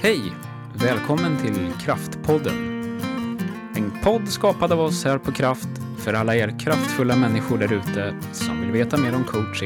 Hej! Välkommen till Kraftpodden. En podd skapad av oss här på Kraft för alla er kraftfulla människor där ute som vill veta mer om coaching.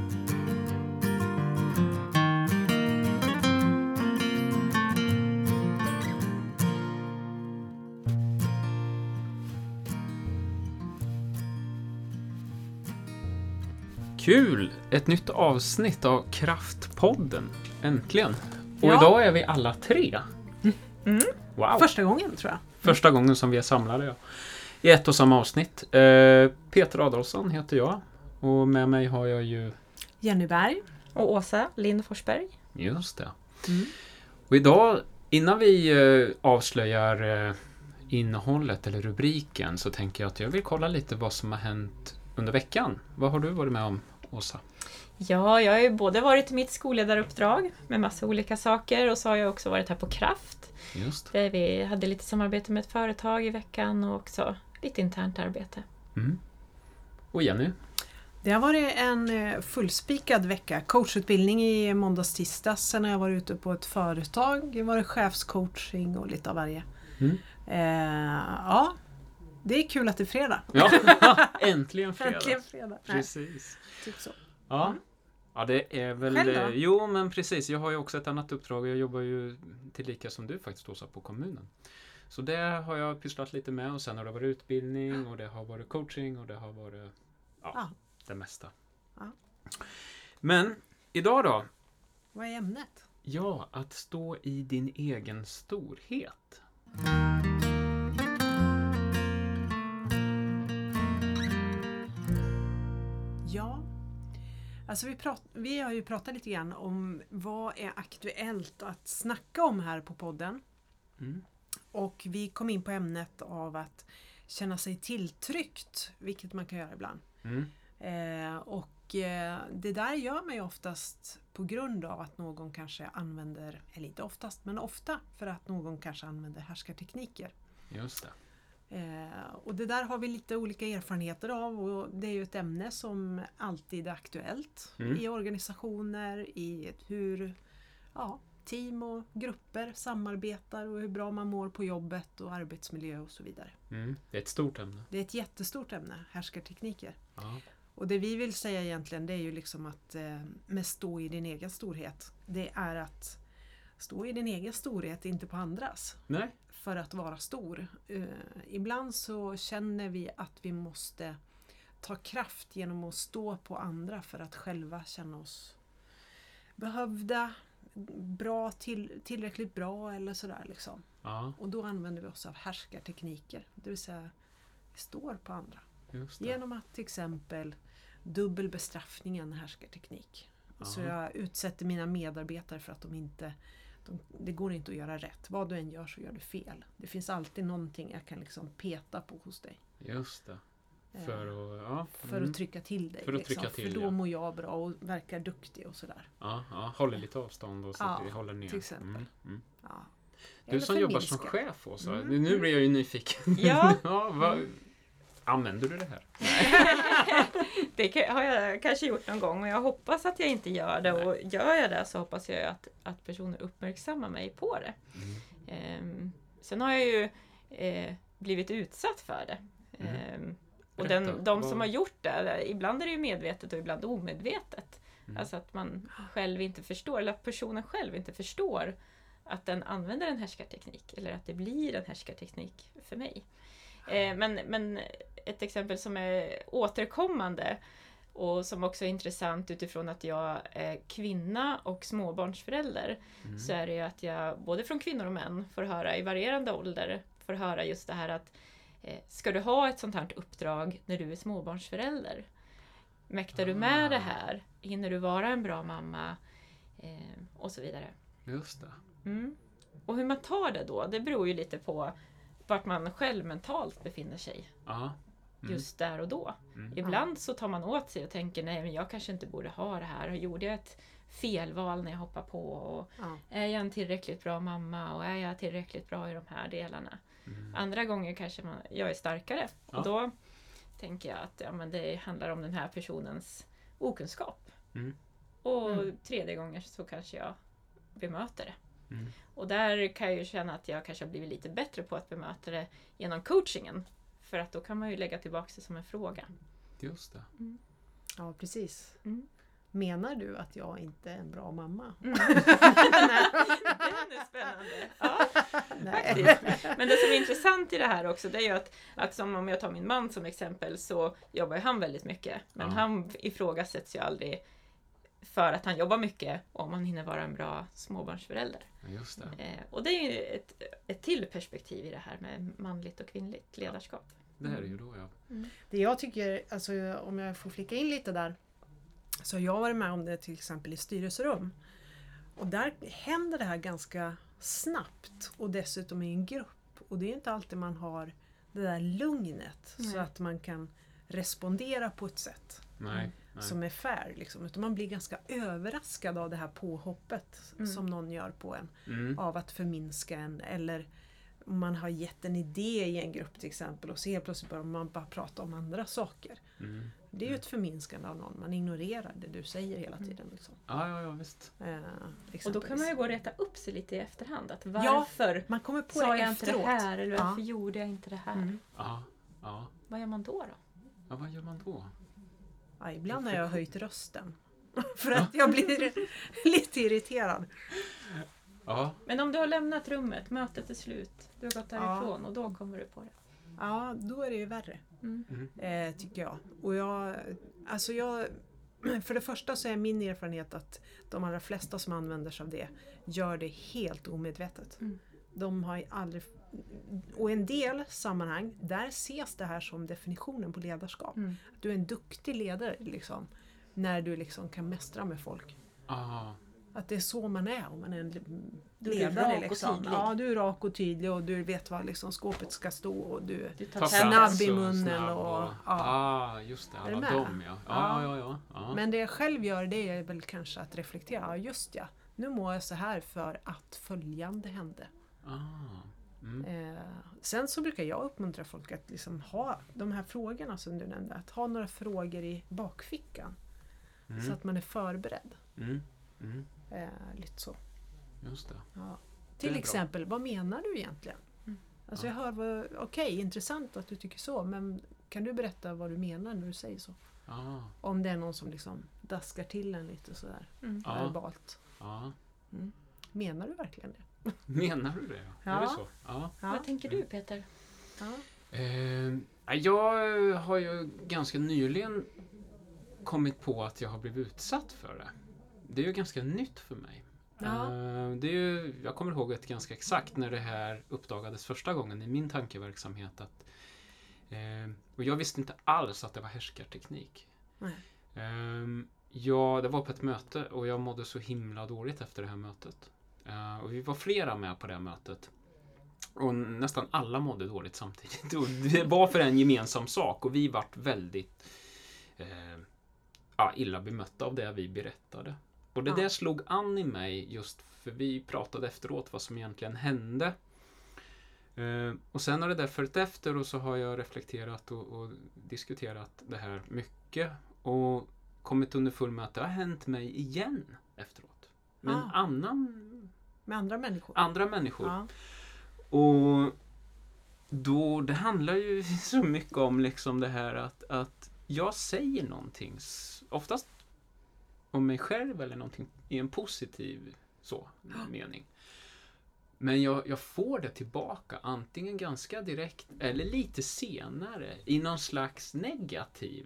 Kul! Ett nytt avsnitt av Kraftpodden. Äntligen! Och idag är vi alla tre. Mm. Wow! Första gången tror jag. Första gången som vi är samlade, ja. I ett och samma avsnitt. Peter Adolfsson heter jag. Och med mig har jag ju... Jenny Berg. Och Åsa Lind Forsberg. Just det. Mm. Och idag, innan vi avslöjar innehållet eller rubriken, så tänker jag att jag vill kolla lite vad som har hänt under veckan. Vad har du varit med om, Åsa? Ja, jag har ju både varit i mitt skolledaruppdrag med massa olika saker och så har jag också varit här på Kraft. Just. Där vi hade lite samarbete med ett företag i veckan och också lite internt arbete. Mm. Och Jenny? Det har varit en fullspikad vecka. Coachutbildning i måndags tisdags. Sen har jag varit ute på ett företag. Det var chefscoaching och lite av varje. Mm. Ja, det är kul att det är fredag. Ja, äntligen fredag. Äntligen fredag. Precis. Typ så. Ja. Ja, det är väl... Själv då? Jo, men precis. Jag har ju också ett annat uppdrag. Jag jobbar ju tillika som du faktiskt, Åsa, på kommunen. Så det har jag pysslat lite med. Och sen har det varit utbildning och det har varit coaching och det har varit det mesta. Ja. Men idag då? Vad är ämnet? Ja, att stå i din egen storhet. Ja, alltså vi har ju pratat lite grann om vad är aktuellt att snacka om här på podden. Mm. Och vi kom in på ämnet av att känna sig tilltryckt, vilket man kan göra ibland. Mm. Det där gör man ju oftast på grund av att någon kanske använder, eller inte oftast, men ofta för att någon kanske använder härskartekniker. Just det. Och det där har vi lite olika erfarenheter av och det är ju ett ämne som alltid är aktuellt i organisationer, i hur team och grupper samarbetar och hur bra man mår på jobbet och arbetsmiljö och så vidare. Mm. Det är ett stort ämne. Det är ett jättestort ämne, härskartekniker. Ja. Och det vi vill säga egentligen, det är ju liksom att med stå i din egen storhet, det är att stå i din egen storhet, inte på andras. Nej. För att vara stor. Ibland så känner vi att vi måste ta kraft genom att stå på andra för att själva känna oss behövda, bra, tillräckligt bra eller sådär liksom. Ja. Och då använder vi oss av härskartekniker. Det vill säga, vi står på andra. Just det. Genom att till exempel dubbel bestraffning är en härskarteknik. Så jag utsätter mina medarbetare för att det går inte att göra rätt. Vad du än gör så gör du fel. Det finns alltid någonting jag kan liksom peta på hos dig. Just det. För att trycka till dig. För att trycka till, för då mår jag bra och verkar duktig och sådär. Ja, håller lite avstånd och så vi håller ner. Till exempel. Ja. Du som jobbar som chef också. Nu blir jag ju nyfiken. Ja. Använder du det här? Det har jag kanske gjort någon gång och jag hoppas att jag inte gör det. Och gör jag det så hoppas jag att personer uppmärksammar mig på det. Sen har jag ju blivit utsatt för det. Och de som har gjort det, ibland är det ju medvetet och ibland omedvetet. Alltså att man själv inte förstår, eller att personen själv inte förstår att den använder en härskarteknik. Eller att det blir en härskarteknik för mig. Men ett exempel som är återkommande och som också är intressant utifrån att jag är kvinna och småbarnsförälder, så är det ju att jag både från kvinnor och män får höra i varierande ålder, får höra just det här att ska du ha ett sånt här uppdrag när du är småbarnsförälder? Mäktar du med det här? Hinner du vara en bra mamma? Och så vidare. Just det. Och hur man tar det då, det beror ju lite på vart man själv mentalt befinner sig. Just där och då. Ibland så tar man åt sig och tänker nej, men jag kanske inte borde ha det här. Gjorde jag ett felval när jag hoppar på? Och är jag en tillräckligt bra mamma? Och är jag tillräckligt bra i de här delarna? Andra gånger kanske jag är starkare. Och då tänker jag att det handlar om den här personens okunskap. Och tredje gånger så kanske jag bemöter det. Och där kan jag ju känna att jag kanske har blivit lite bättre på att bemöta det genom coachingen. För att då kan man ju lägga tillbaka det som en fråga. Just det. Ja, precis. Menar du att jag inte är en bra mamma? Den är spännande. Ja, faktiskt. Men det som är intressant i det här också, det är ju att som om jag tar min man som exempel, så jobbar ju han väldigt mycket. Men han ifrågasätts ju aldrig för att han jobbar mycket, om han hinner vara en bra småbarnsförälder. Just det. Och det är ju ett till perspektiv i det här med manligt och kvinnligt ledarskap. Det här är ju då, ja. Det jag tycker, alltså om jag får flika in lite där, så jag har varit med om det till exempel i styrelserum. Och där händer det här ganska snabbt och dessutom i en grupp. Och det är inte alltid man har det där lugnet så att man kan respondera på ett sätt som är fair. Liksom. Utan man blir ganska överraskad av det här påhoppet som någon gör på en. Av att förminska en. Eller om man har gett en idé i en grupp till exempel och så helt plötsligt börjar man bara prata om andra saker. Det är ju ett förminskande av någon. Man ignorerar det du säger hela tiden. Liksom. Ja, visst. Och då kan man ju gå och rätta upp sig lite i efterhand. Att varför man kommer på sa det jag efteråt. inte det här? Eller varför gjorde jag inte det här? Ja. Vad gör man då? Ja, vad gör man då? Ja, ibland har jag höjt rösten. För att jag blir lite irriterad. Ja. Men om du har lämnat rummet, mötet är slut, du har gått därifrån och då kommer du på det. Ja, då är det ju värre. Tycker jag. Och för det första så är min erfarenhet att de allra flesta som använder sig av det gör det helt omedvetet. De har aldrig... Och i en del sammanhang, där ses det här som definitionen på ledarskap. Att du är en duktig ledare liksom, när du liksom kan mästra med folk. Att det är så man är om man är en ledare. Liksom. Ja, du är rak och tydlig och du vet vad liksom, skåpet ska stå och du är snabb i munnen. Just det. Är Alla dem, ja. Men det jag själv gör, det är väl kanske att reflektera. Ja, just ja. Nu mår jag så här för att följande hände. Sen så brukar jag uppmuntra folk att liksom ha de här frågorna som du nämnde. Att ha några frågor i bakfickan. Så att man är förberedd. Lite så. Just det. Ja. Till exempel, vad menar du egentligen? Alltså jag hör, okej, intressant att du tycker så, men kan du berätta vad du menar när du säger så? Om det är någon som liksom daskar till en lite sådär verbalt. Menar du verkligen det? Menar du det? Ja. Är det så? Ja. Vad tänker du, Peter? Jag har ju ganska nyligen kommit på att jag har blivit utsatt för det. Det är ju ganska nytt för mig. Det är ju, jag kommer ihåg ett ganska exakt när det här uppdagades första gången i min tankeverksamhet. Och jag visste inte alls att det var härskarteknik. Det var på ett möte och jag mådde så himla dåligt efter det här mötet. Och vi var flera med på det här mötet. Och nästan alla mådde dåligt samtidigt. Och det var för en gemensam sak och vi vart väldigt illa bemötta av det vi berättade. Och det där slog an i mig just för vi pratade efteråt vad som egentligen hände. Och sen har det där följt efter och så har jag reflekterat och diskuterat det här mycket. Och kommit underfull med att det har hänt mig igen efteråt. Med med andra människor. Andra människor. Och då, det handlar ju så mycket om liksom det här att jag säger någonting, oftast om mig själv eller någonting i en positiv mening. Men jag får det tillbaka antingen ganska direkt eller lite senare i någon slags negativ.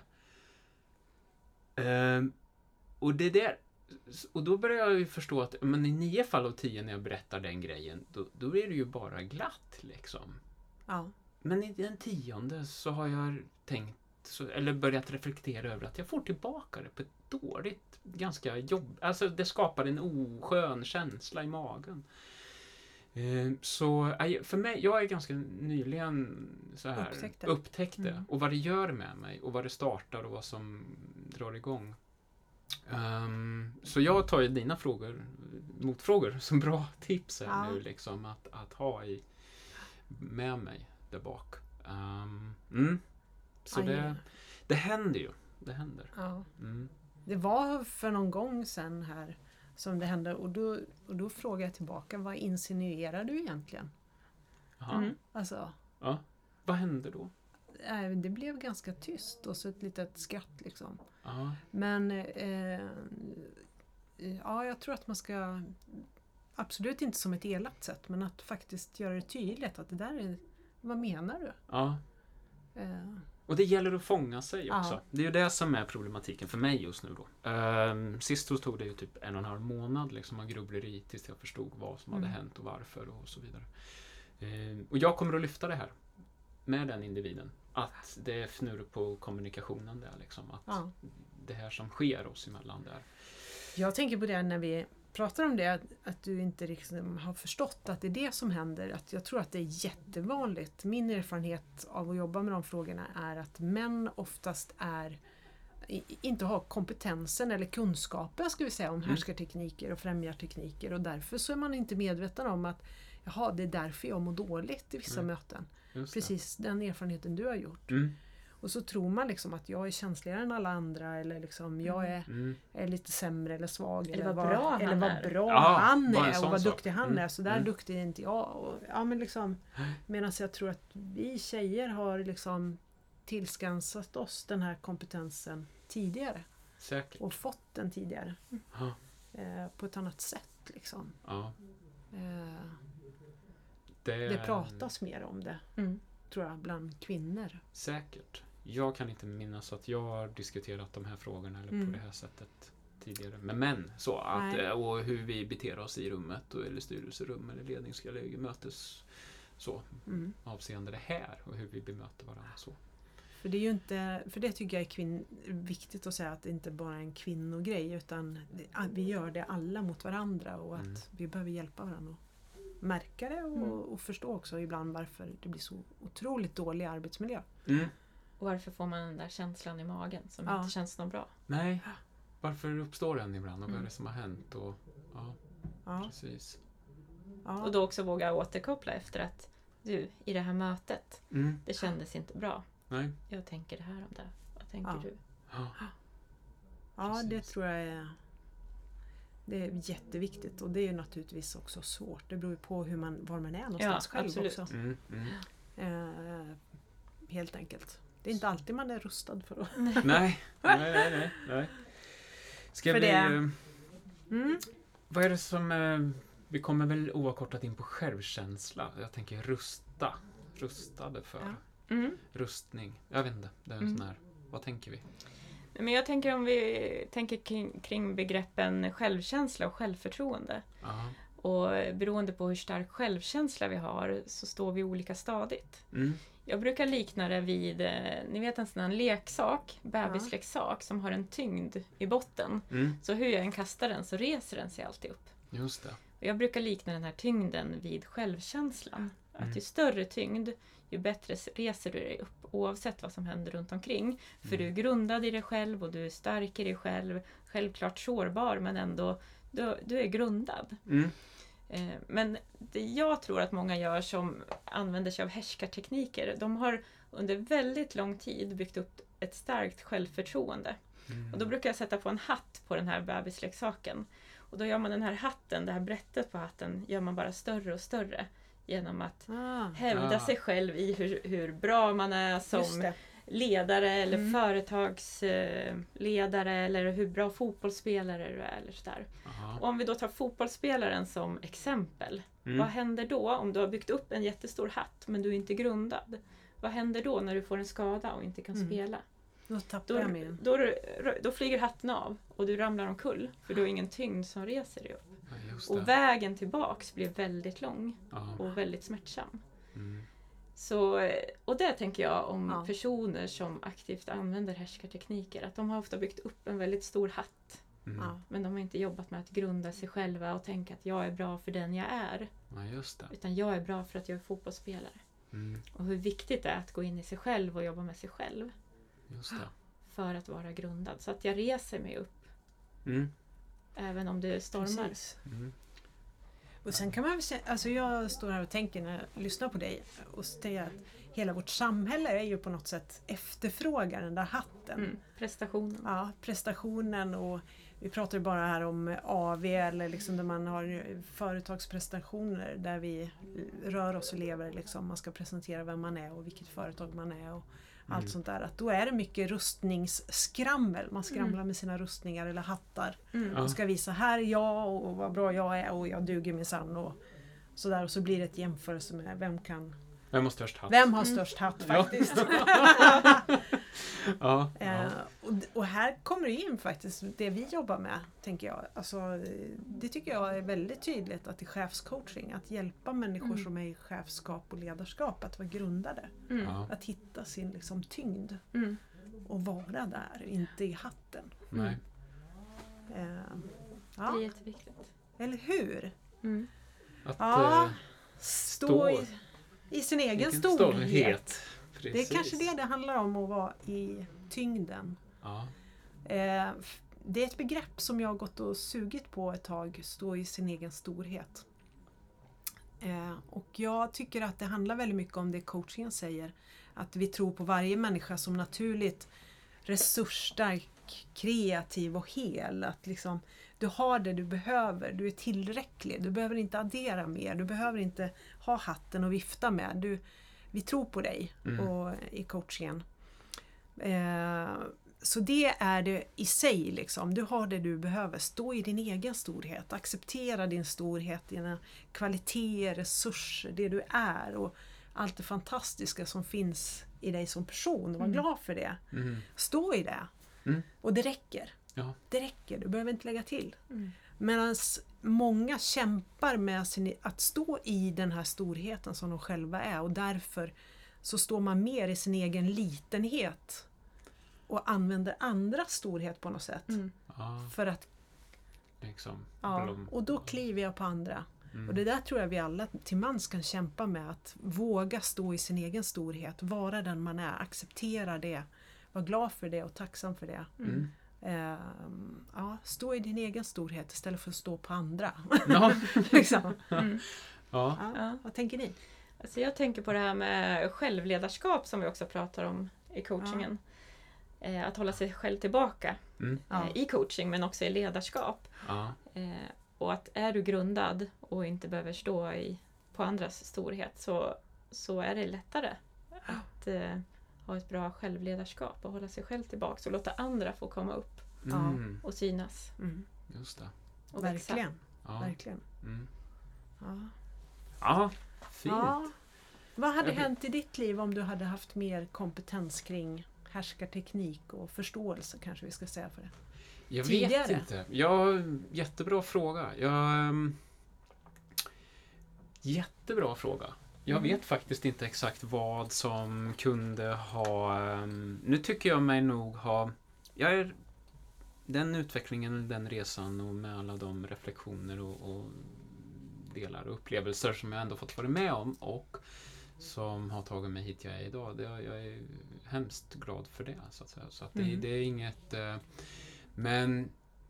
Och det där, och då börjar jag ju förstå att men i 9 fall av 10 när jag berättar den grejen då är det ju bara glatt liksom. Men i den 10:e så har jag tänkt eller börjat reflektera över att jag får tillbaka det på ett dåligt, ganska alltså det skapar en oskön känsla i magen. Så för mig, jag är ganska nyligen så här upptäckte och vad det gör med mig och vad det startar och vad som drar igång. Så jag tar ju dina motfrågor som bra tips här nu liksom att ha med mig där bak. Så det händer ju. Det händer. Det var för någon gång sedan här som det hände. Och då frågar jag tillbaka, vad insinuerar du egentligen? Alltså, ja. Vad hände då? Det blev ganska tyst och så ett litet skratt liksom. Ja. Men jag tror att man ska, absolut inte som ett elakt sätt, men att faktiskt göra det tydligt att det där är, vad menar du? Ja. Och det gäller att fånga sig också. Det är ju det som är problematiken för mig just nu då. Sist så tog det ju typ 1,5 månad liksom av grubbleri tills jag förstod vad som hade hänt och varför och så vidare. Och jag kommer att lyfta det här med den individen. Att det är fnurr på kommunikationen där liksom. Att det här som sker oss emellan där. Jag tänker på det när vi pratar om det, att du inte liksom har förstått att det är det som händer. Att jag tror att det är jättevanligt. Min erfarenhet av att jobba med de frågorna är att män oftast inte har kompetensen eller kunskapen, ska vi säga, om härskartekniker och främjartekniker. Och därför så är man inte medveten om att det är därför jag mår dåligt i vissa möten. Precis den erfarenheten du har gjort. Och så tror man liksom att jag är känsligare än alla andra, eller liksom jag är lite sämre eller svag. Eller vad bra han är och vad duktig han är. Så där duktig är inte jag. Och, men liksom, medan jag tror att vi tjejer har liksom tillskansat oss den här kompetensen tidigare. Säkert. Och fått den tidigare. På ett annat sätt liksom. Det pratas mer om det, tror jag, bland kvinnor. Säkert. Jag kan inte minnas att jag har diskuterat de här frågorna eller på det här sättet tidigare med män. Så att, och hur vi beter oss i rummet eller styrelserum eller lednings- eller mötes så, avseende det här och hur vi bemöter varandra. Så. För det är ju inte, för det tycker jag är viktigt att säga, att det inte bara är en kvinnogrej, utan vi gör det alla mot varandra och att vi behöver hjälpa varandra. Märka det och förstå också ibland varför det blir så otroligt dålig arbetsmiljö. Och varför får man den där känslan i magen som inte känns något bra? Nej, varför uppstår den ibland och vad är det som har hänt? Och, precis. Och då också våga återkoppla efter att du, i det här mötet, det kändes inte bra. Nej. Jag tänker det här om det. Vad tänker du? Ja, det tror jag det är jätteviktigt, och det är ju naturligtvis också svårt. Det beror ju på var man är någonstans själv absolut. Också. Helt enkelt. Det är inte alltid man är rustad för att... Nej. Ska vi... Vad är det som... Vi kommer väl oavkortat in på självkänsla. Jag tänker rustade för. Rustning. Jag vet inte. Det är en sån här... Vad tänker vi? Men jag tänker om vi tänker kring begreppen självkänsla och självförtroende. Och beroende på hur stark självkänsla vi har så står vi olika stadigt. Jag brukar likna det vid, ni vet, en sån här leksak, bebisleksak som har en tyngd i botten. Så hur jag än kastar den så reser den sig alltid upp. Just det. Och jag brukar likna den här tyngden vid självkänslan. Att ju större tyngd, ju bättre reser du dig upp oavsett vad som händer runt omkring. För du är grundad i dig själv och du är stark i dig själv. Självklart sårbar, men ändå du är grundad. Men det jag tror att många gör som använder sig av härskartekniker, de har under väldigt lång tid byggt upp ett starkt självförtroende. Och då brukar jag sätta på en hatt på den här bebisleksaken. Och då gör man den här hatten, det här brättet på hatten, gör man bara större och större. Genom att hävda sig själv i hur bra man är som ledare eller företagsledare eller hur bra fotbollsspelare du är eller sådär. Och om vi då tar fotbollsspelaren som exempel, vad händer då om du har byggt upp en jättestor hatt men du är inte grundad? Vad händer då när du får en skada och inte kan spela? Då flyger hatten av och du ramlar omkull för du har ingen tyngd som reser dig upp. Och vägen tillbaks blir väldigt lång och väldigt smärtsam. Så, och det tänker jag om personer som aktivt använder härskartekniker. Att de har ofta byggt upp en väldigt stor hatt. Men de har inte jobbat med att grunda sig själva och tänka att jag är bra för den jag är. Utan jag är bra för att jag är fotbollsspelare. Och hur viktigt det är att gå in i sig själv och jobba med sig själv. Just det. För att vara grundad. Så att jag reser mig upp. Även om det stormar. Och sen kan man väl säga, alltså jag står här och tänker när jag lyssnar på dig och säger att hela vårt samhälle är ju på något sätt efterfrågar den där hatten. Prestationen. Ja, prestationen, och vi pratar ju bara här om AV eller liksom där man har företagsprestationer där vi rör oss och lever liksom. Man ska presentera vem man är och vilket företag man är och allt sånt där. Att då är det mycket rustningsskrammel. Man skramlar med sina rustningar eller hattar. Och ska visa här är jag och vad bra jag är och jag duger minsann och sådär. Och så blir det ett jämförelse med vem har störst hatt? Vem har störst hatt faktiskt? Och här kommer det in faktiskt det vi jobbar med, tänker jag. Alltså, det tycker jag är väldigt tydligt att i chefscoaching, att hjälpa människor som är i chefskap och ledarskap att vara grundade. Att hitta sin liksom tyngd och vara där, inte i hatten. Nej. Det är jätteviktigt. Eller hur? Att stå i sin egen storhet. Det är kanske det handlar om, att vara i tyngden. Ja. Det är ett begrepp som jag har gått och sugit på ett tag, stå i sin egen storhet. Och jag tycker att det handlar väldigt mycket om det coachingen säger. Att vi tror på varje människa som naturligt resursstark, kreativ och hel. Att liksom, du har det du behöver, du är tillräcklig, du behöver inte addera mer, du behöver inte ha hatten och vifta med. Vi tror på dig och, i coachingen. Så det är det i sig liksom. Du har det du behöver. Stå i din egen storhet. Acceptera din storhet, dina kvaliteter, resurser, det du är och allt det fantastiska som finns i dig som person. Var glad för det. Stå i det. Och det räcker. Ja. Det räcker. Du behöver inte lägga till. Medan många kämpar med att stå i den här storheten som de själva är. Och därför så står man mer i sin egen litenhet och använder andras storhet på något sätt. För att liksom, och då kliver jag på andra. Och det där tror jag vi alla till mans kan kämpa med. Att våga stå i sin egen storhet. Vara den man är. Acceptera det. Var glad för det och tacksam för det. Stå i din egen storhet istället för att stå på andra. Liksom. Vad tänker ni? Alltså jag tänker på det här med självledarskap som vi också pratar om i coachingen. Att hålla sig själv tillbaka i coaching men också i ledarskap. Och att är du grundad och inte behöver stå på andras storhet så är det lättare att ha ett bra självledarskap och hålla sig själv tillbaka och låta andra få komma upp och synas. Just det. Och verkligen. växa. Verkligen. Ja, fint. Vad hade hänt i ditt liv om du hade haft mer kompetens kring härskarteknik och förståelse, kanske vi ska säga för det? Jag tidigare? vet inte. Jättebra fråga. Jättebra fråga. Jag vet faktiskt inte exakt vad som kunde ha... Nu tycker jag mig nog ha... Den utvecklingen, den resan och med alla de reflektioner och delar och upplevelser som jag ändå fått vara med om och som har tagit mig hit jag är idag. Jag är hemskt glad för det, så att säga. Så att det är inget... Men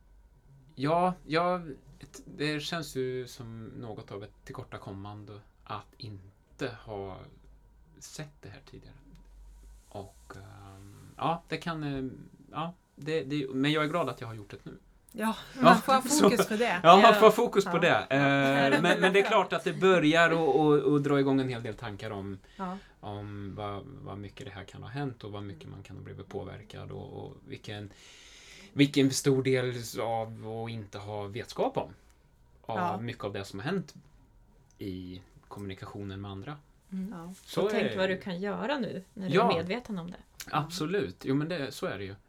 det känns ju som något av ett tillkortakommande att inte ha sett det här tidigare. Och det kan... men jag är glad att jag har gjort det nu. Ja, man får ha fokus på det. Ja, man får ha fokus på det. Men det är klart att det börjar och dra igång en hel del tankar om vad mycket det här kan ha hänt och vad mycket man kan ha blivit påverkad och vilken stor del av att inte ha vetskap om. Mycket av det som har hänt i kommunikationen med andra. Så tänk vad du kan göra nu när du är medveten om det. Absolut, jo men så är det ju.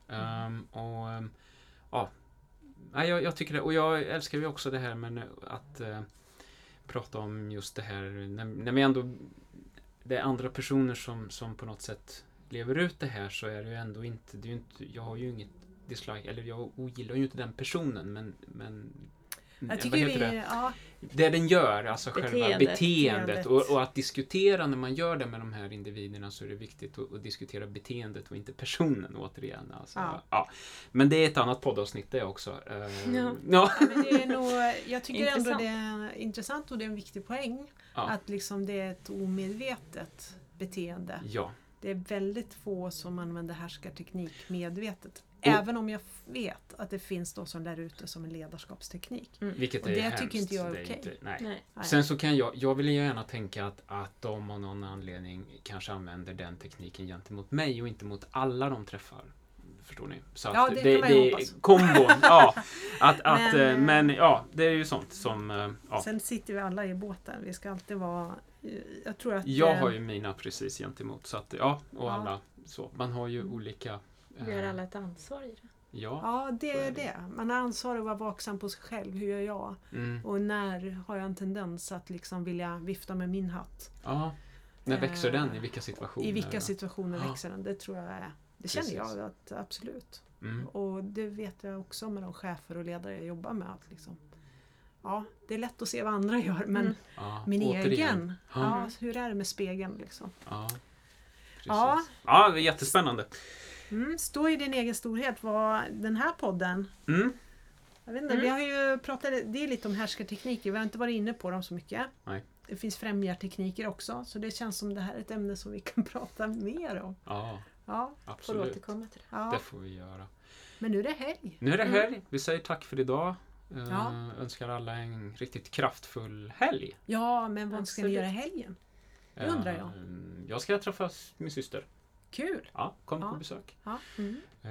Jag tycker det, och jag älskar ju också det här med att prata om just det här när vi ändå, det är andra personer som på något sätt lever ut det här, så är det ju ändå inte, jag har ju inget dislike, eller jag ogillar ju inte den personen, men Jag tycker det den gör, alltså själva beteendet. Beteendet. Och att diskutera när man gör det med de här individerna, så är det viktigt att diskutera beteendet och inte personen återigen. Alltså, ja. Men det är ett annat poddavsnitt det också. Men det är nog, jag tycker ändå det är intressant och det är en viktig poäng. Att liksom det är ett omedvetet beteende. Ja. Det är väldigt få som använder härskarteknik medvetet. Även om jag vet att det finns de som lär ut det som en ledarskapsteknik. Vilket och är det hemskt. tycker inte jag är okej. Nej. Sen så kan jag vill gärna tänka att de av någon anledning kanske använder den tekniken gentemot mig och inte mot alla de träffar. Förstår ni? Så att det kan man ju hoppas. Kombon, men det är ju sånt som... Sen sitter vi alla i båten. Vi ska alltid vara... Jag har ju mina precis gentemot. Så att, och alla så. Man har ju olika... Vi har alla ett ansvar i det. Ja, det är det. Man har ansvar att vara vaksam på sig själv. Hur gör jag? Och när har jag en tendens att liksom vilja vifta med min hatt? Ja, när växer den? I vilka situationer? I vilka situationer växer den? Det tror jag är... Det känner jag att absolut. Och det vet jag också med de chefer och ledare jag jobbar med. Att liksom, det är lätt att se vad andra gör, men min egen. Hur är det med spegeln liksom? Ja, det är jättespännande. Stå i din egen storhet var den här podden. Jag vet inte, vi har ju pratat det är lite om härskartekniker. Vi har inte varit inne på dem så mycket. Nej. Det finns främjartekniker också. Så det känns som det här är ett ämne som vi kan prata mer om. Ja, absolut. Får återkomma till det. Det får vi göra. Men nu är det helg. Nu är det helg. Vi säger tack för idag. Önskar alla en riktigt kraftfull helg. Ja, men vad ska ni göra i helgen? Det undrar jag. Jag ska träffa min syster. Kul! Ja, kom på besök. Det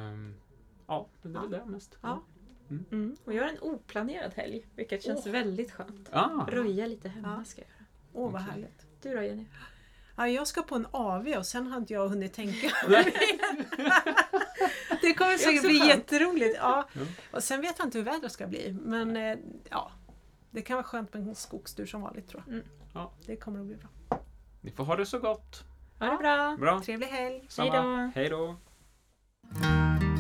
är väl det mest. Och jag har en oplanerad helg, vilket känns väldigt skönt. Röja lite hemma ska jag göra. Vad härligt. Du då, Jenny? Ja, jag ska på en AV och sen har inte jag hunnit tänka. Det kommer säkert bli jätteroligt. Och sen vet jag inte hur vädret ska bli. Men det kan vara skönt med en skogstur som vanligt, tror jag. Det kommer att bli bra. Ni får ha det så gott. Ha det bra. Trevlig helg. Hej då.